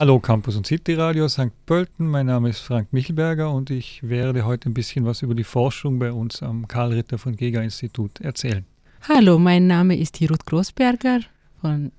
Hallo Campus und City Radio St. Pölten, mein Name ist Frank Michelberger und ich werde heute ein bisschen was über die Forschung bei uns am Karl-Ritter-von-Geger-Institut erzählen. Hallo, mein Name ist Hirut Großberger von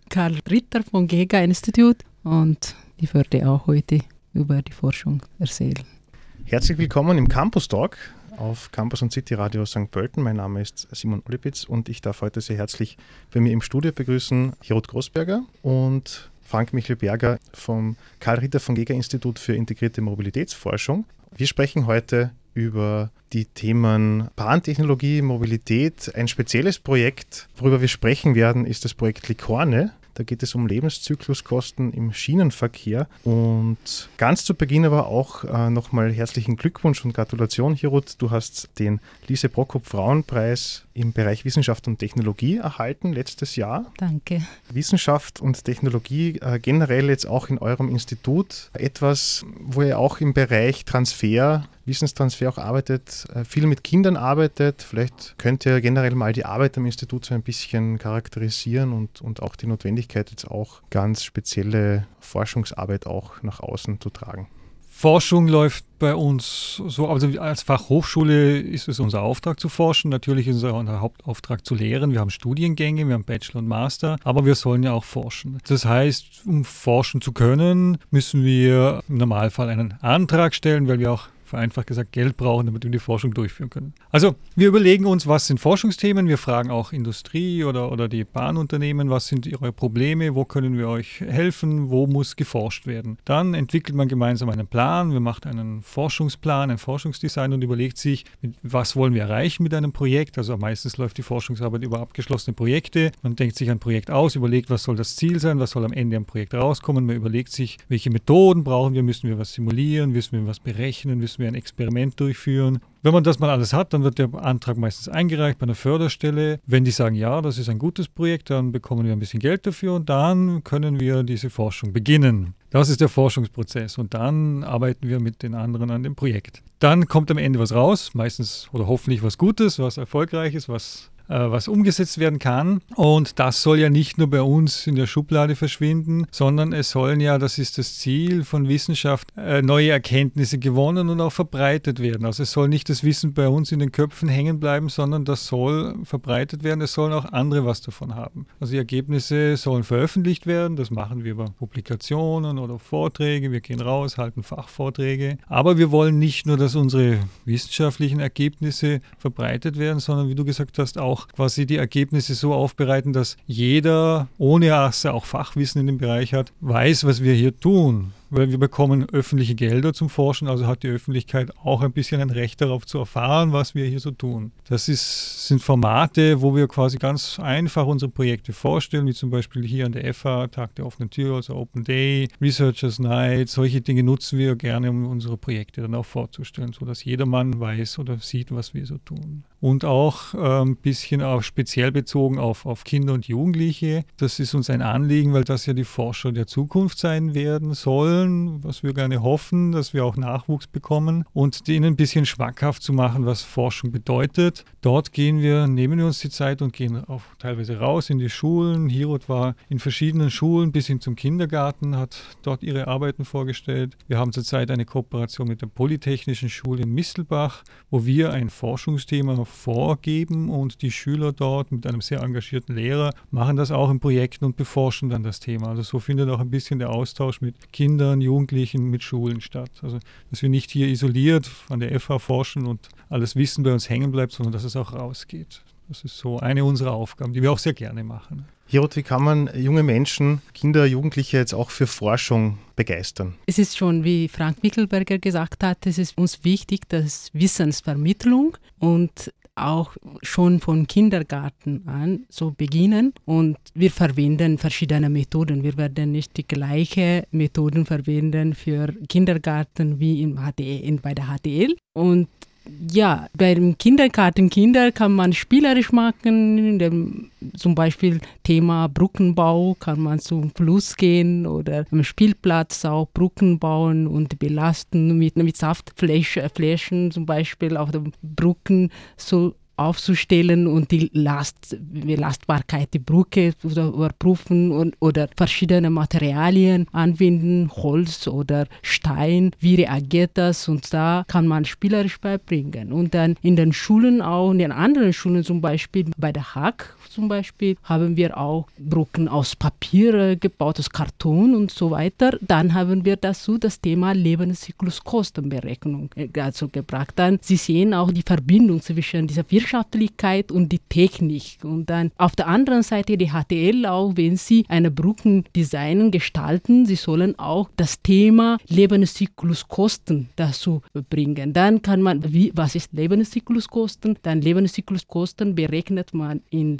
Karl-Ritter-von-Geger-Institut und ich werde auch heute über die Forschung erzählen. Herzlich willkommen im Campus Talk auf Campus und City Radio St. Pölten. Mein Name ist Simon Olipitz und ich darf heute sehr herzlich bei mir im Studio begrüßen Hirut Großberger und Frank Michelberger vom Karl-Ritter-von-Geger-Institut für integrierte Mobilitätsforschung. Wir sprechen heute über die Themen Bahntechnologie, Mobilität. Ein spezielles Projekt, worüber wir sprechen werden, ist das Projekt Licorne. Da geht es um Lebenszykluskosten im Schienenverkehr. Und ganz zu Beginn aber auch nochmal herzlichen Glückwunsch und Gratulation, Hirut. Du hast den Lise-Prokop-Frauenpreis im Bereich Wissenschaft und Technologie erhalten letztes Jahr. Danke. Wissenschaft und Technologie generell jetzt auch in eurem Institut. Etwas, wo ihr auch im Bereich Wissenstransfer auch arbeitet, viel mit Kindern arbeitet. Vielleicht könnt ihr generell mal die Arbeit am Institut so ein bisschen charakterisieren und auch die Notwendigkeit, jetzt auch ganz spezielle Forschungsarbeit auch nach außen zu tragen. Forschung läuft bei uns so, also als Fachhochschule ist es unser Auftrag zu forschen. Natürlich ist es auch unser Hauptauftrag zu lehren. Wir haben Studiengänge, wir haben Bachelor und Master, aber wir sollen ja auch forschen. Das heißt, um forschen zu können, müssen wir im Normalfall einen Antrag stellen, weil wir auch vereinfacht gesagt Geld brauchen, damit wir die Forschung durchführen können. Also wir überlegen uns, was sind Forschungsthemen, wir fragen auch Industrie oder die Bahnunternehmen, was sind ihre Probleme, wo können wir euch helfen, wo muss geforscht werden. Dann entwickelt man gemeinsam einen Plan, wir machen einen Forschungsplan, ein Forschungsdesign und überlegt sich, was wollen wir erreichen mit einem Projekt. Also meistens läuft die Forschungsarbeit über abgeschlossene Projekte. Man denkt sich ein Projekt aus, überlegt, was soll das Ziel sein, was soll am Ende am Projekt rauskommen. Man überlegt sich, welche Methoden brauchen wir, müssen wir was simulieren, müssen wir was berechnen, müssen wir ein Experiment durchführen. Wenn man das mal alles hat, dann wird der Antrag meistens eingereicht bei einer Förderstelle. Wenn die sagen, ja, das ist ein gutes Projekt, dann bekommen wir ein bisschen Geld dafür und dann können wir diese Forschung beginnen. Das ist der Forschungsprozess und dann arbeiten wir mit den anderen an dem Projekt. Dann kommt am Ende was raus, meistens oder hoffentlich was Gutes, was Erfolgreiches, was umgesetzt werden kann. Und das soll ja nicht nur bei uns in der Schublade verschwinden, sondern es sollen ja, das ist das Ziel von Wissenschaft, neue Erkenntnisse gewonnen und auch verbreitet werden. Also es soll nicht das Wissen bei uns in den Köpfen hängen bleiben, sondern das soll verbreitet werden. Es sollen auch andere was davon haben. Also die Ergebnisse sollen veröffentlicht werden. Das machen wir über Publikationen oder Vorträge. Wir gehen raus, halten Fachvorträge. Aber wir wollen nicht nur, dass unsere wissenschaftlichen Ergebnisse verbreitet werden, sondern wie du gesagt hast, auch quasi die Ergebnisse so aufbereiten, dass jeder, ohne dass er auch Fachwissen in dem Bereich hat, weiß, was wir hier tun. Weil wir bekommen öffentliche Gelder zum Forschen, also hat die Öffentlichkeit auch ein bisschen ein Recht darauf zu erfahren, was wir hier so tun. Das sind Formate, wo wir quasi ganz einfach unsere Projekte vorstellen, wie zum Beispiel hier an der FH, Tag der offenen Tür, also Open Day, Researchers Night. Solche Dinge nutzen wir gerne, um unsere Projekte dann auch vorzustellen, sodass jedermann weiß oder sieht, was wir so tun. Und auch ein bisschen auch speziell bezogen auf Kinder und Jugendliche. Das ist uns ein Anliegen, weil das ja die Forscher der Zukunft sein werden sollen, was wir gerne hoffen, dass wir auch Nachwuchs bekommen und denen ein bisschen schmackhaft zu machen, was Forschung bedeutet. Dort nehmen wir uns die Zeit und gehen auch teilweise raus in die Schulen. Hirut war in verschiedenen Schulen bis hin zum Kindergarten, hat dort ihre Arbeiten vorgestellt. Wir haben zurzeit eine Kooperation mit der Polytechnischen Schule in Mistelbach, wo wir ein Forschungsthema vorgeben und die Schüler dort mit einem sehr engagierten Lehrer machen das auch in Projekten und beforschen dann das Thema. Also so findet auch ein bisschen der Austausch mit Kindern, Jugendlichen, mit Schulen statt. Also dass wir nicht hier isoliert an der FH forschen und alles Wissen bei uns hängen bleibt, sondern dass es auch rausgeht. Das ist so eine unserer Aufgaben, die wir auch sehr gerne machen. Hirut, wie kann man junge Menschen, Kinder, Jugendliche jetzt auch für Forschung begeistern? Es ist schon, wie Frank Michelberger gesagt hat, es ist uns wichtig, dass Wissensvermittlung und auch schon von Kindergarten an so beginnen und wir verwenden verschiedene Methoden. Wir werden nicht die gleichen Methoden verwenden für Kindergarten wie bei der HTL und ja, beim Kindergartenkinder kann man spielerisch machen, zum Beispiel Thema Brückenbau, kann man zum Fluss gehen oder am Spielplatz auch Brücken bauen und belasten mit Saftflächen zum Beispiel auf den Brücken. So aufzustellen und die Lastbarkeit der Brücke zu überprüfen oder verschiedene Materialien anwenden, Holz oder Stein, wie reagiert das, und da kann man spielerisch beibringen. Und dann in den Schulen auch, in den anderen Schulen zum Beispiel, bei der Hack zum Beispiel, haben wir auch Brücken aus Papier gebaut, aus Karton und so weiter. Dann haben wir dazu das Thema Lebenszykluskostenberechnung dazu gebracht. Dann, Sie sehen auch die Verbindung zwischen dieser Wirtschaftlichkeit und die Technik. Und dann auf der anderen Seite die HTL auch, wenn Sie eine Brücken designen, gestalten, Sie sollen auch das Thema Lebenszykluskosten dazu bringen. Dann kann man, was ist Lebenszykluskosten? Dann Lebenszykluskosten berechnet man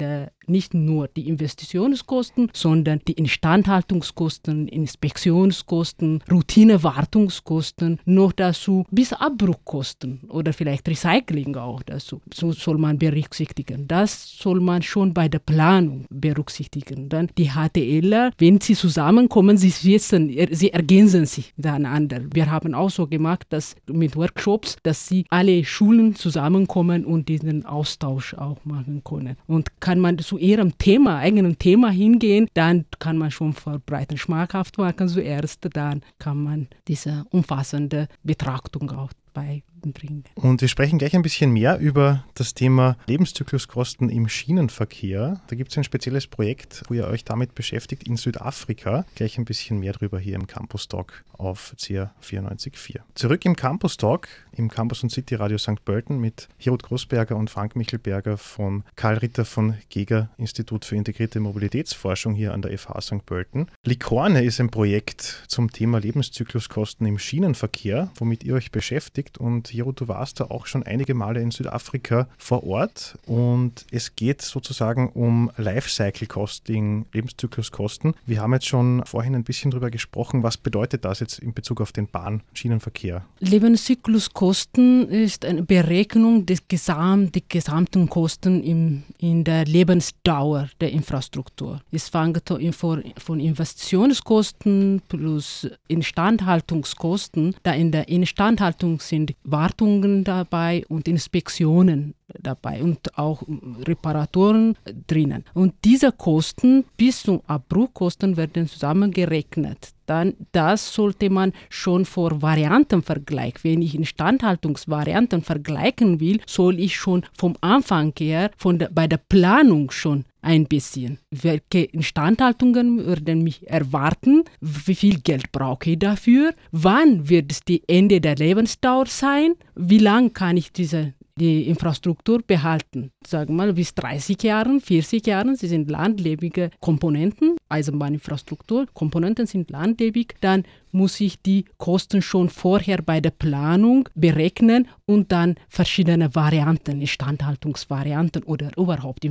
nicht nur die Investitionskosten, sondern die Instandhaltungskosten, Inspektionskosten, Routinewartungskosten, noch dazu bis Abbruchkosten oder vielleicht Recycling auch dazu. So soll man berücksichtigen. Das soll man schon bei der Planung berücksichtigen. Dann die HTLer, wenn sie zusammenkommen, sie wissen, sie ergänzen sich miteinander. Wir haben auch so gemacht, dass mit Workshops, dass sie alle Schulen zusammenkommen und diesen Austausch auch machen können. Und kann man zu ihrem eigenen Thema hingehen, dann kann man schon verbreiten, schmackhaft machen zuerst, dann kann man diese umfassende Betrachtung auch beibringen. Und wir sprechen gleich ein bisschen mehr über das Thema Lebenszykluskosten im Schienenverkehr. Da gibt es ein spezielles Projekt, wo ihr euch damit beschäftigt in Südafrika. Gleich ein bisschen mehr drüber hier im Campus Talk auf CR 94.4. Zurück im Campus Talk, im Campus und City Radio St. Pölten mit Hirut Großberger und Frank Michelberger vom Karl Ritter von Geger Institut für integrierte Mobilitätsforschung hier an der FH St. Pölten. Licorne ist ein Projekt zum Thema Lebenszykluskosten im Schienenverkehr, womit ihr euch beschäftigt. Und Hirut, du warst da auch schon einige Male in Südafrika vor Ort und es geht sozusagen um Lifecycle-Costing, Lebenszykluskosten. Wir haben jetzt schon vorhin ein bisschen drüber gesprochen. Was bedeutet das jetzt in Bezug auf den Bahn-Schienenverkehr? Lebenszykluskosten ist eine Berechnung der gesamten Kosten in der Lebensdauer der Infrastruktur. Es fängt von Investitionskosten plus Instandhaltungskosten. Da in der Instandhaltung sind Wartungen dabei und Inspektionen dabei und auch Reparaturen drinnen. Und diese Kosten bis zum Abbruchkosten werden zusammengerechnet. Dann das sollte man schon vor Variantenvergleich, wenn ich Instandhaltungsvarianten vergleichen will, soll ich schon vom Anfang her bei der Planung schon einbeziehen. Welche Instandhaltungen würden mich erwarten? Wie viel Geld brauche ich dafür? Wann wird es die Ende der Lebensdauer sein? Wie lange kann ich die Infrastruktur behalten? Sagen wir mal bis 30 Jahren, 40 Jahren. Sie sind langlebige Komponenten. Eisenbahninfrastruktur, Komponenten sind langlebig. Dann muss ich die Kosten schon vorher bei der Planung berechnen und dann verschiedene Varianten, Instandhaltungsvarianten oder überhaupt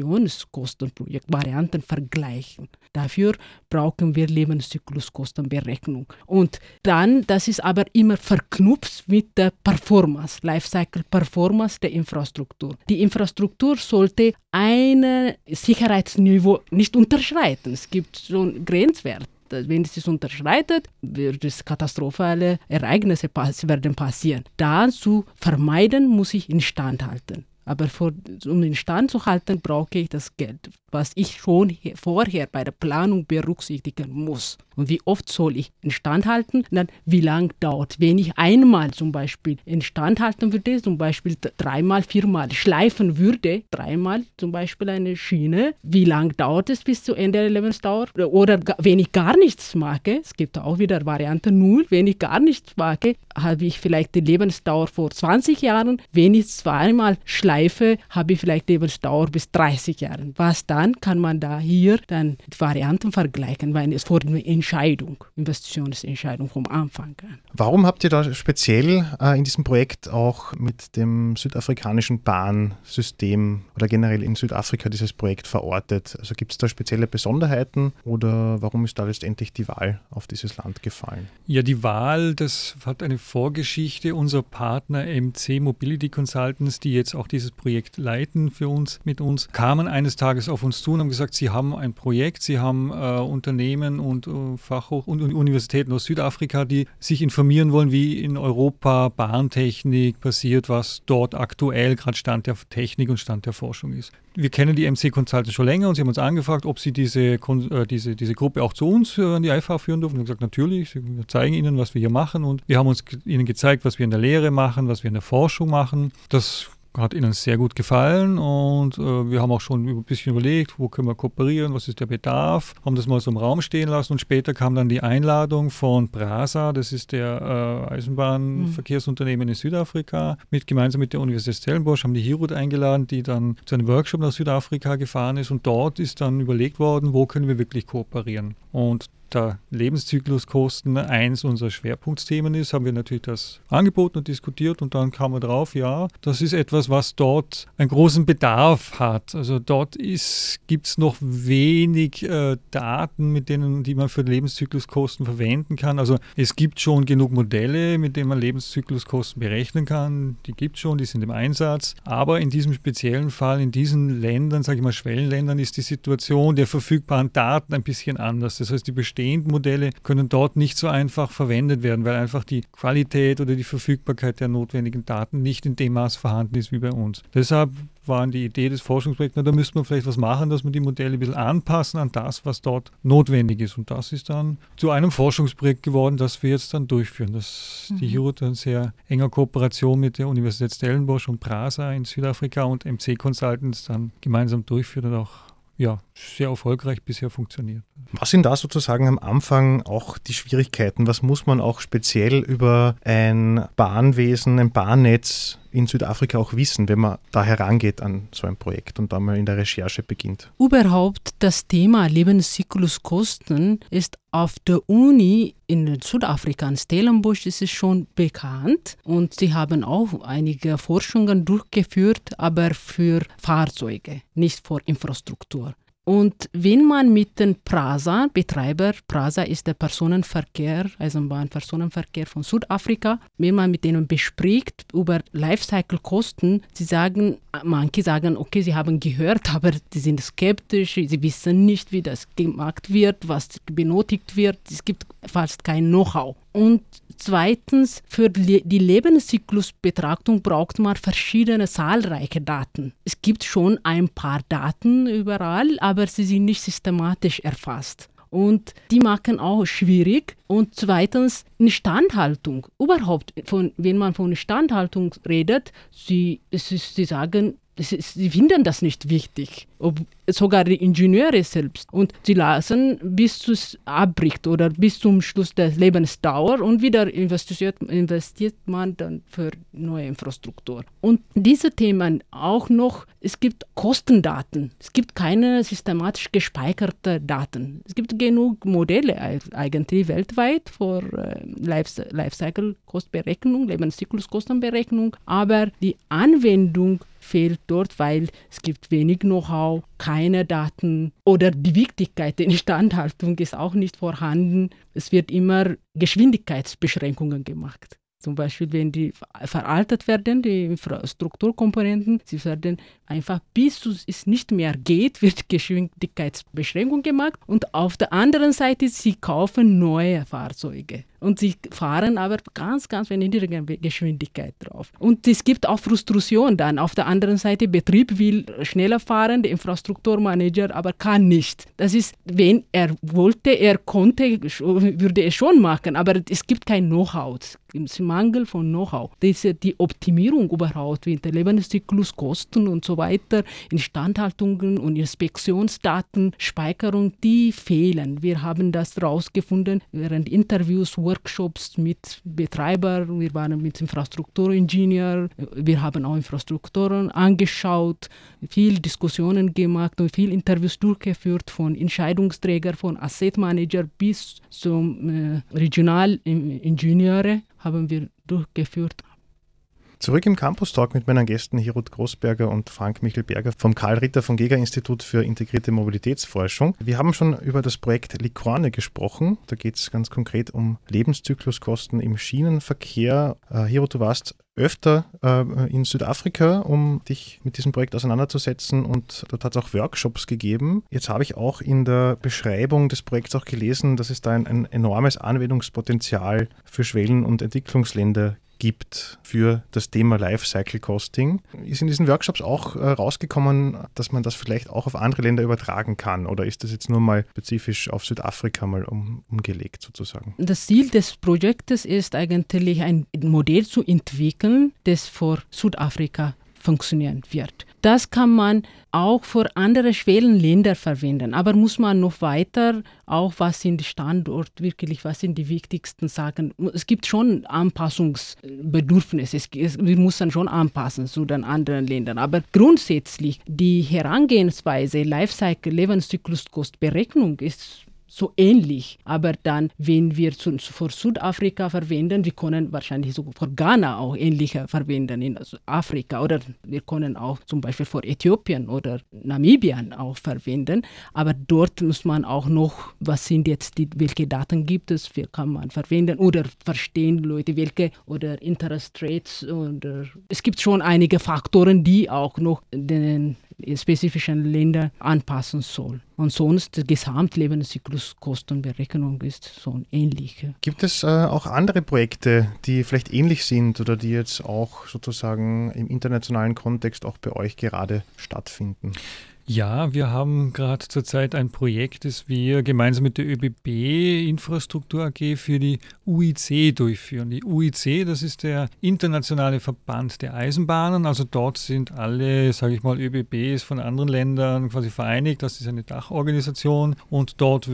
Investitionskostenprojektvarianten vergleichen. Dafür brauchen wir Lebenszykluskostenberechnung. Und dann, das ist aber immer verknüpft mit der Performance, Lifecycle Performance der Infrastruktur. Die Infrastruktur sollte ein Sicherheitsniveau nicht unterschreiten. Es gibt schon Grenzwerte. Wenn es unterschreitet, wird es katastrophale Ereignisse werden passieren. Dazu vermeiden muss ich instand halten. Aber um instand zu halten, brauche ich das Geld, was ich schon vorher bei der Planung berücksichtigen muss. Und wie oft soll ich instand halten? Dann, wie lange dauert? Wenn ich einmal zum Beispiel instand halten würde, zum Beispiel 3-mal, 4-mal schleifen würde, 3-mal zum Beispiel eine Schiene, wie lange dauert es bis zu Ende der Lebensdauer? Oder wenn ich gar nichts mache, es gibt auch wieder Variante 0, wenn ich gar nichts mache, habe ich vielleicht die Lebensdauer vor 20 Jahren. Wenn ich 2-mal schleife, habe ich vielleicht Lebensdauer bis 30 Jahren. Was dann? Kann man da hier dann die Varianten vergleichen, weil es vor einer Investitionsentscheidung vom Anfang an. Warum habt ihr da speziell in diesem Projekt auch mit dem südafrikanischen Bahnsystem oder generell in Südafrika dieses Projekt verortet? Also gibt es da spezielle Besonderheiten oder warum ist da letztendlich die Wahl auf dieses Land gefallen? Ja, die Wahl, das hat eine Vorgeschichte. Unser Partner MC Mobility Consultants, die jetzt auch dieses Projekt leiten mit uns, kamen eines Tages auf uns zu und haben gesagt, sie haben ein Projekt, sie haben Unternehmen und und Universitäten aus Südafrika, die sich informieren wollen, wie in Europa Bahntechnik passiert, was dort aktuell gerade Stand der Technik und Stand der Forschung ist. Wir kennen die MC Consultants schon länger und sie haben uns angefragt, ob sie diese Gruppe auch zu uns an die IFA führen dürfen. Wir haben gesagt, natürlich, wir zeigen ihnen, was wir hier machen und wir haben uns ihnen gezeigt, was wir in der Lehre machen, was wir in der Forschung machen. Das hat ihnen sehr gut gefallen und wir haben auch schon ein bisschen überlegt, wo können wir kooperieren, was ist der Bedarf, haben das mal so im Raum stehen lassen und später kam dann die Einladung von PRASA, das ist der Eisenbahnverkehrsunternehmen in Südafrika, gemeinsam mit der Universität Stellenbosch haben die Hirut eingeladen, die dann zu einem Workshop nach Südafrika gefahren ist und dort ist dann überlegt worden, wo können wir wirklich kooperieren. Und da Lebenszykluskosten eins unserer Schwerpunktthemen ist, haben wir natürlich das angeboten und diskutiert und dann kam man drauf, ja, das ist etwas, was dort einen großen Bedarf hat. Also dort gibt es noch wenig Daten, die man für Lebenszykluskosten verwenden kann. Also es gibt schon genug Modelle, mit denen man Lebenszykluskosten berechnen kann. Die gibt es schon, die sind im Einsatz. Aber in diesem speziellen Fall, in diesen Ländern, sage ich mal Schwellenländern, ist die Situation der verfügbaren Daten ein bisschen anders. Das heißt, die bestehenden Modelle können dort nicht so einfach verwendet werden, weil einfach die Qualität oder die Verfügbarkeit der notwendigen Daten nicht in dem Maß vorhanden ist wie bei uns. Deshalb war die Idee des Forschungsprojekts, da müsste man vielleicht was machen, dass man die Modelle ein bisschen anpassen an das, was dort notwendig ist. Und das ist dann zu einem Forschungsprojekt geworden, das wir jetzt dann durchführen. Die Hirut in sehr enger Kooperation mit der Universität Stellenbosch und PRASA in Südafrika und MC Consultants dann gemeinsam durchführt und auch sehr erfolgreich bisher funktioniert. Was sind da sozusagen am Anfang auch die Schwierigkeiten? Was muss man auch speziell über ein Bahnwesen, ein Bahnnetz in Südafrika auch wissen, wenn man da herangeht an so ein Projekt und da mal in der Recherche beginnt? Überhaupt das Thema Lebenszykluskosten ist auf der Uni in Südafrika, in Stellenbosch, ist es schon bekannt und sie haben auch einige Forschungen durchgeführt, aber für Fahrzeuge, nicht für Infrastruktur. Und wenn man mit den PRASA-Betreiber, PRASA ist der Eisenbahnpersonenverkehr von Südafrika, wenn man mit denen bespricht über Lifecycle-Kosten, manche sagen, okay, sie haben gehört, aber die sind skeptisch, sie wissen nicht, wie das gemacht wird, was benötigt wird, es gibt fast kein Know-how. Und zweitens, für die Lebenszyklusbetrachtung braucht man verschiedene zahlreiche Daten. Es gibt schon ein paar Daten überall, aber sie sind nicht systematisch erfasst. Und die machen auch schwierig. Und zweitens, Instandhaltung. Überhaupt, wenn man von Instandhaltung redet, sie sagen, sie finden das nicht wichtig. Sogar die Ingenieure selbst. Und sie lassen bis es abbricht oder bis zum Schluss der Lebensdauer und wieder investiert man dann für neue Infrastruktur. Und diese Themen auch noch, es gibt Kostendaten. Es gibt keine systematisch gespeicherte Daten. Es gibt genug Modelle eigentlich weltweit für Lifecycle-Kostberechnung, Lebenszykluskostenberechnung, aber die Anwendung fehlt dort, weil es gibt wenig Know-how, keine Daten oder die Wichtigkeit der Instandhaltung ist auch nicht vorhanden. Es wird immer Geschwindigkeitsbeschränkungen gemacht. Zum Beispiel, wenn die veraltet werden, die Infrastrukturkomponenten, sie werden einfach, bis es nicht mehr geht, wird Geschwindigkeitsbeschränkung gemacht. Und auf der anderen Seite, sie kaufen neue Fahrzeuge. Und sie fahren aber ganz niedrige Geschwindigkeit drauf. Und es gibt auch Frustration dann. Auf der anderen Seite, Betrieb will schneller fahren, der Infrastrukturmanager aber kann nicht. Das ist, wenn er wollte, er konnte, würde es schon machen, aber es gibt kein Know-how. Es ist Mangel von Know-how. Die Optimierung überhaupt, wie der Lebenszykluskosten und so weiter, Instandhaltungen und Inspektionsdaten, Speicherung, die fehlen. Wir haben das herausgefunden während Interviews, Workshops mit Betreibern, wir waren mit Infrastrukturingenieur, wir haben auch Infrastrukturen angeschaut, viel Diskussionen gemacht und viel Interviews durchgeführt von Entscheidungsträgern, von Asset Manager bis zum Regionalingenieure haben wir durchgeführt. Zurück im Campus Talk mit meinen Gästen Hirut Großberger und Frank Michelberger vom Karl-Ritter-von-Geger-Institut für integrierte Mobilitätsforschung. Wir haben schon über das Projekt Licorne gesprochen. Da geht es ganz konkret um Lebenszykluskosten im Schienenverkehr. Hirut, du warst öfter in Südafrika, um dich mit diesem Projekt auseinanderzusetzen, und dort hat es auch Workshops gegeben. Jetzt habe ich auch in der Beschreibung des Projekts auch gelesen, dass es da ein enormes Anwendungspotenzial für Schwellen- und Entwicklungsländer gibt für das Thema Lifecycle Costing. Ist in diesen Workshops auch rausgekommen, dass man das vielleicht auch auf andere Länder übertragen kann, oder ist das jetzt nur mal spezifisch auf Südafrika mal umgelegt sozusagen? Das Ziel des Projektes ist eigentlich, ein Modell zu entwickeln, das für Südafrika funktionieren wird. Das kann man auch für andere Schwellenländer verwenden, aber muss man noch weiter, auch was sind die Standorte wirklich, was sind die wichtigsten Sachen. Es gibt schon Anpassungsbedürfnisse, wir müssen schon anpassen zu den anderen Ländern, aber grundsätzlich die Herangehensweise Lebenszykluskostberechnung ist so ähnlich, aber dann, wenn wir für Südafrika verwenden, wir können wahrscheinlich sogar für Ghana auch ähnliche verwenden in Afrika, oder wir können auch zum Beispiel für Äthiopien oder Namibien auch verwenden, aber dort muss man auch noch, was sind jetzt welche Daten gibt es, wie kann man verwenden oder verstehen Leute welche oder Interest Rates, oder es gibt schon einige Faktoren, die auch noch den spezifischen Länder anpassen soll. Und sonst die Gesamtlebenszykluskostenberechnung ist so ähnlich. Gibt es auch andere Projekte, die vielleicht ähnlich sind oder die jetzt auch sozusagen im internationalen Kontext auch bei euch gerade stattfinden? Ja, wir haben gerade zurzeit ein Projekt, das wir gemeinsam mit der ÖBB Infrastruktur AG für die UIC durchführen. Die UIC, das ist der internationale Verband der Eisenbahnen. Also dort sind alle, sage ich mal, ÖBBs von anderen Ländern quasi vereinigt. Das ist eine Dachorganisation und dort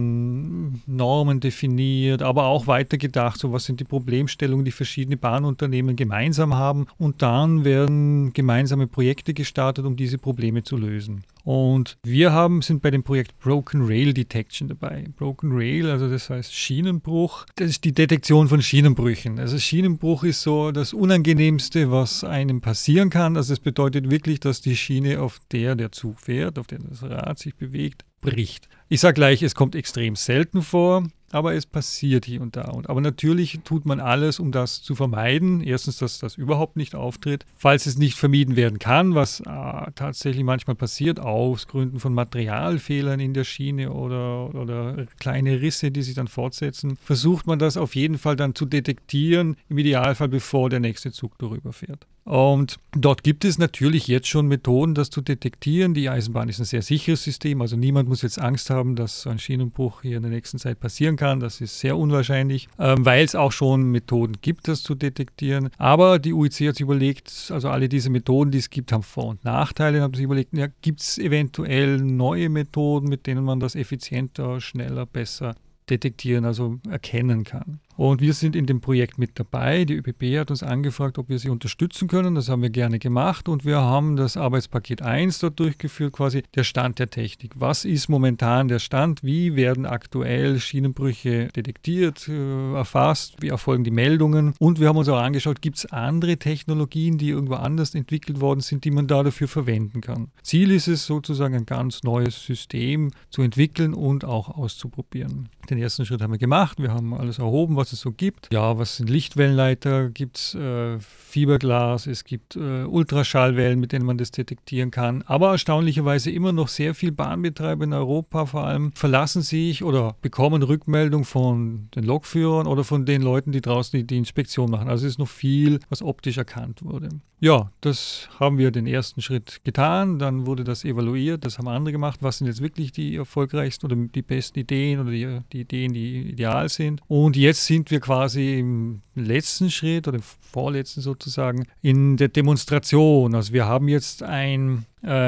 werden Normen definiert, aber auch weitergedacht, so was sind die Problemstellungen, die verschiedene Bahnunternehmen gemeinsam haben, und dann werden gemeinsame Projekte gestartet, um diese Probleme zu lösen. Und wir sind bei dem Projekt Broken Rail Detection dabei. Broken Rail, also das heißt Schienenbruch, das ist die Detektion von Schienenbrüchen. Also Schienenbruch ist so das Unangenehmste, was einem passieren kann. Also es bedeutet wirklich, dass die Schiene, auf der Zug fährt, auf der das Rad sich bewegt, bricht. Ich sage gleich, es kommt extrem selten vor, aber es passiert hier und da. Aber natürlich tut man alles, um das zu vermeiden. Erstens, dass das überhaupt nicht auftritt. Falls es nicht vermieden werden kann, was tatsächlich manchmal passiert, aus Gründen von Materialfehlern in der Schiene oder kleine Risse, die sich dann fortsetzen, versucht man das auf jeden Fall dann zu detektieren, im Idealfall bevor der nächste Zug darüber fährt. Und dort gibt es natürlich jetzt schon Methoden, das zu detektieren. Die Eisenbahn ist ein sehr sicheres System, also niemand muss jetzt Angst haben, dass so ein Schienenbruch hier in der nächsten Zeit passieren kann. Das ist sehr unwahrscheinlich, weil es auch schon Methoden gibt, das zu detektieren. Aber die UIC hat sich überlegt, also alle diese Methoden, die es gibt, haben Vor- und Nachteile. Haben sich überlegt, ja, gibt es eventuell neue Methoden, mit denen man das effizienter, schneller, besser detektieren, also erkennen kann. Und wir sind in dem Projekt mit dabei. Die ÖBB hat uns angefragt, ob wir sie unterstützen können. Das haben wir gerne gemacht und wir haben das Arbeitspaket 1 dort durchgeführt, quasi der Stand der Technik. Was ist momentan der Stand? Wie werden aktuell Schienenbrüche detektiert, erfasst? Wie erfolgen die Meldungen? Und wir haben uns auch angeschaut, gibt es andere Technologien, die irgendwo anders entwickelt worden sind, die man da dafür verwenden kann. Ziel ist es sozusagen, ein ganz neues System zu entwickeln und auch auszuprobieren. Den ersten Schritt haben wir gemacht. Wir haben alles erhoben, was es so gibt. Ja, was sind Lichtwellenleiter? Gibt es Fiberglas? Es gibt Ultraschallwellen, mit denen man das detektieren kann. Aber erstaunlicherweise immer noch sehr viele Bahnbetreiber in Europa vor allem verlassen sich oder bekommen Rückmeldung von den Lokführern oder von den Leuten, die draußen die Inspektion machen. Also es ist noch viel, was optisch erkannt wurde. Ja, das haben wir den ersten Schritt getan. Dann wurde das evaluiert. Das haben andere gemacht. Was sind jetzt wirklich die erfolgreichsten oder die besten Ideen oder die Ideen, die ideal sind? Und jetzt sind wir quasi im letzten Schritt oder im vorletzten sozusagen in der Demonstration. Also wir haben jetzt eine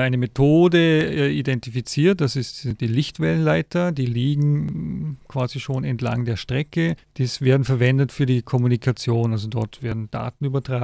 Methode identifiziert, das ist die Lichtwellenleiter, die liegen quasi schon entlang der Strecke. Die werden verwendet für die Kommunikation, also dort werden Daten übertragen.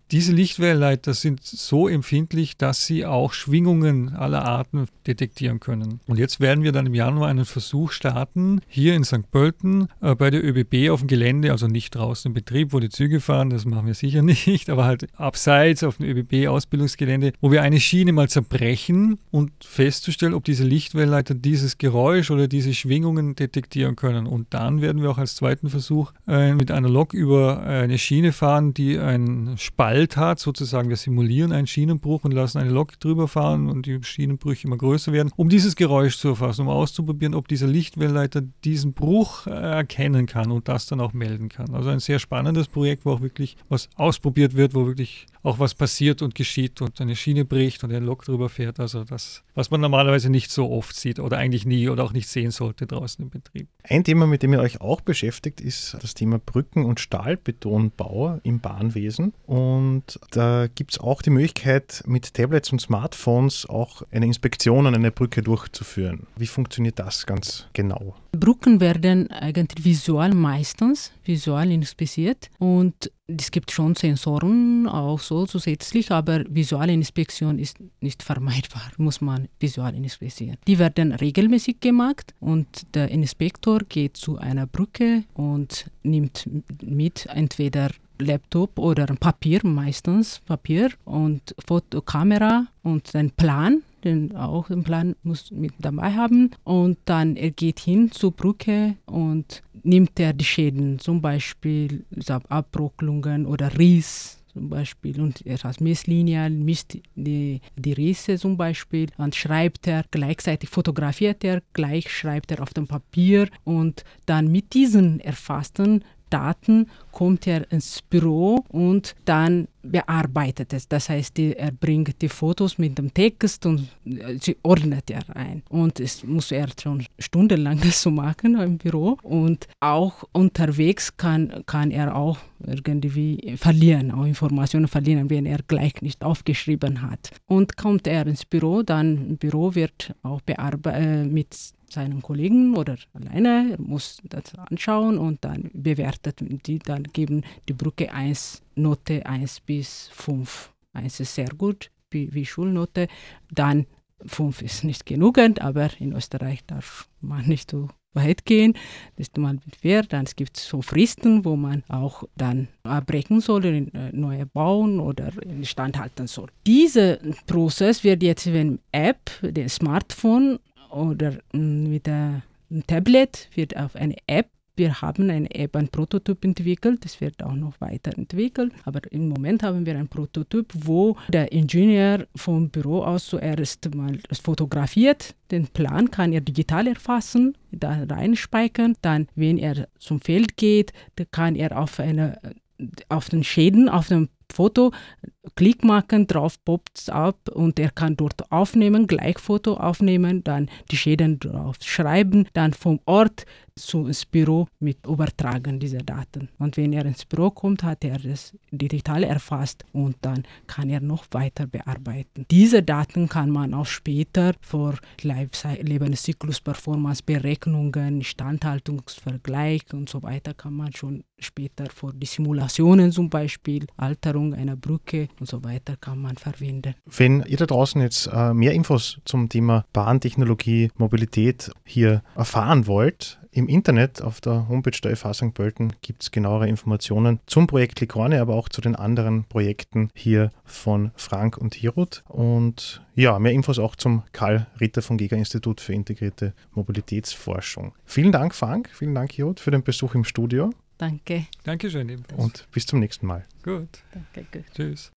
Diese Lichtwellenleiter sind so empfindlich, dass sie auch Schwingungen aller Arten detektieren können. Und jetzt werden wir dann im Januar einen Versuch starten, hier in St. Pölten bei der ÖBB auf dem Gelände, also nicht draußen im Betrieb, wo die Züge fahren, das machen wir sicher nicht, aber halt abseits auf dem ÖBB-Ausbildungsgelände, wo wir eine Schiene mal zerbrechen und festzustellen, ob diese Lichtwellenleiter dieses Geräusch oder diese Schwingungen detektieren können. Und dann werden wir auch als zweiten Versuch mit einer Lok über eine Schiene fahren, die einen Spalt hat, sozusagen. Wir simulieren einen Schienenbruch und lassen eine Lok drüber fahren und die Schienenbrüche immer größer werden, um dieses Geräusch zu erfassen, um auszuprobieren, ob dieser Lichtwellenleiter diesen Bruch erkennen kann und das dann auch melden kann. Also ein sehr spannendes Projekt, wo auch wirklich was ausprobiert wird, wo wirklich auch was passiert und geschieht und eine Schiene bricht und eine Lok drüber fährt. Also das, was man normalerweise nicht so oft sieht oder eigentlich nie oder auch nicht sehen sollte draußen im Betrieb. Ein Thema, mit dem ihr euch auch beschäftigt, ist das Thema Brücken- und Stahlbetonbau im Bahnwesen. Und da gibt es auch die Möglichkeit, mit Tablets und Smartphones auch eine Inspektion an einer Brücke durchzuführen. Wie funktioniert das ganz genau? Brücken werden eigentlich meistens visuell inspiziert und es gibt schon Sensoren auch so zusätzlich, aber visuelle Inspektion ist nicht vermeidbar, muss man visuell inspizieren. Die werden regelmäßig gemacht und der Inspektor geht zu einer Brücke und nimmt mit entweder Laptop oder Papier, meistens Papier und Fotokamera und einen Plan, den auch den Plan muss mit dabei haben und dann er geht hin zur Brücke und nimmt er die Schäden, zum Beispiel Abbrocklungen oder Riss zum Beispiel und er hat Messlinien, misst die Risse zum Beispiel und schreibt er, gleichzeitig fotografiert er, gleich schreibt er auf dem Papier und dann mit diesen erfassten Daten kommt er ins Büro und dann bearbeitet es. Das heißt, er bringt die Fotos mit dem Text und sie ordnet er ein. Und es muss er schon stundenlang das so machen im Büro. Und auch unterwegs kann er auch irgendwie verlieren, auch Informationen verlieren, wenn er gleich nicht aufgeschrieben hat. Und kommt er ins Büro, dann im Büro wird auch mit seinen Kollegen oder alleine, er muss das anschauen und dann bewertet die, dann geben die Brücke Note 1 bis 5. 1 ist sehr gut, wie Schulnote, dann 5 ist nicht genügend, aber in Österreich darf man nicht so weit gehen. Das ist mal fair. Dann gibt es so Fristen, wo man auch dann abbrechen soll, neue bauen oder instand halten soll. Dieser Prozess wird jetzt mit der App, dem Smartphone oder mit dem Tablet, wird auf eine App. Wir haben eine App, ein Prototyp entwickelt, das wird auch noch weiterentwickelt, aber im Moment haben wir ein Prototyp, wo der Ingenieur vom Büro aus zuerst mal fotografiert, den Plan kann er digital erfassen, da reinspeichern, dann, wenn er zum Feld geht, kann er auf den Schäden, auf dem Foto Klick machen, drauf poppt es ab und er kann dort aufnehmen, gleich Foto aufnehmen, dann die Schäden drauf schreiben, dann vom Ort ins Büro mit übertragen diese Daten. Und wenn er ins Büro kommt, hat er das digital erfasst und dann kann er noch weiter bearbeiten. Diese Daten kann man auch später für Lebenszyklus, Performance, Berechnungen, Instandhaltungsvergleich und so weiter kann man schon später für die Simulationen zum Beispiel, Alterung einer Brücke und so weiter kann man verwenden. Wenn ihr da draußen jetzt mehr Infos zum Thema Bahntechnologie, Mobilität hier erfahren wollt, im Internet auf der Homepage der FH St. Pölten gibt es genauere Informationen zum Projekt Licorne, aber auch zu den anderen Projekten hier von Frank und Hirut. Und ja, mehr Infos auch zum Karl-Ritter-von-Geger-Institut für integrierte Mobilitätsforschung. Vielen Dank, Frank, vielen Dank, Hirut, für den Besuch im Studio. Danke. Dankeschön ebenfalls. Und bis zum nächsten Mal. Gut. Danke. Tschüss.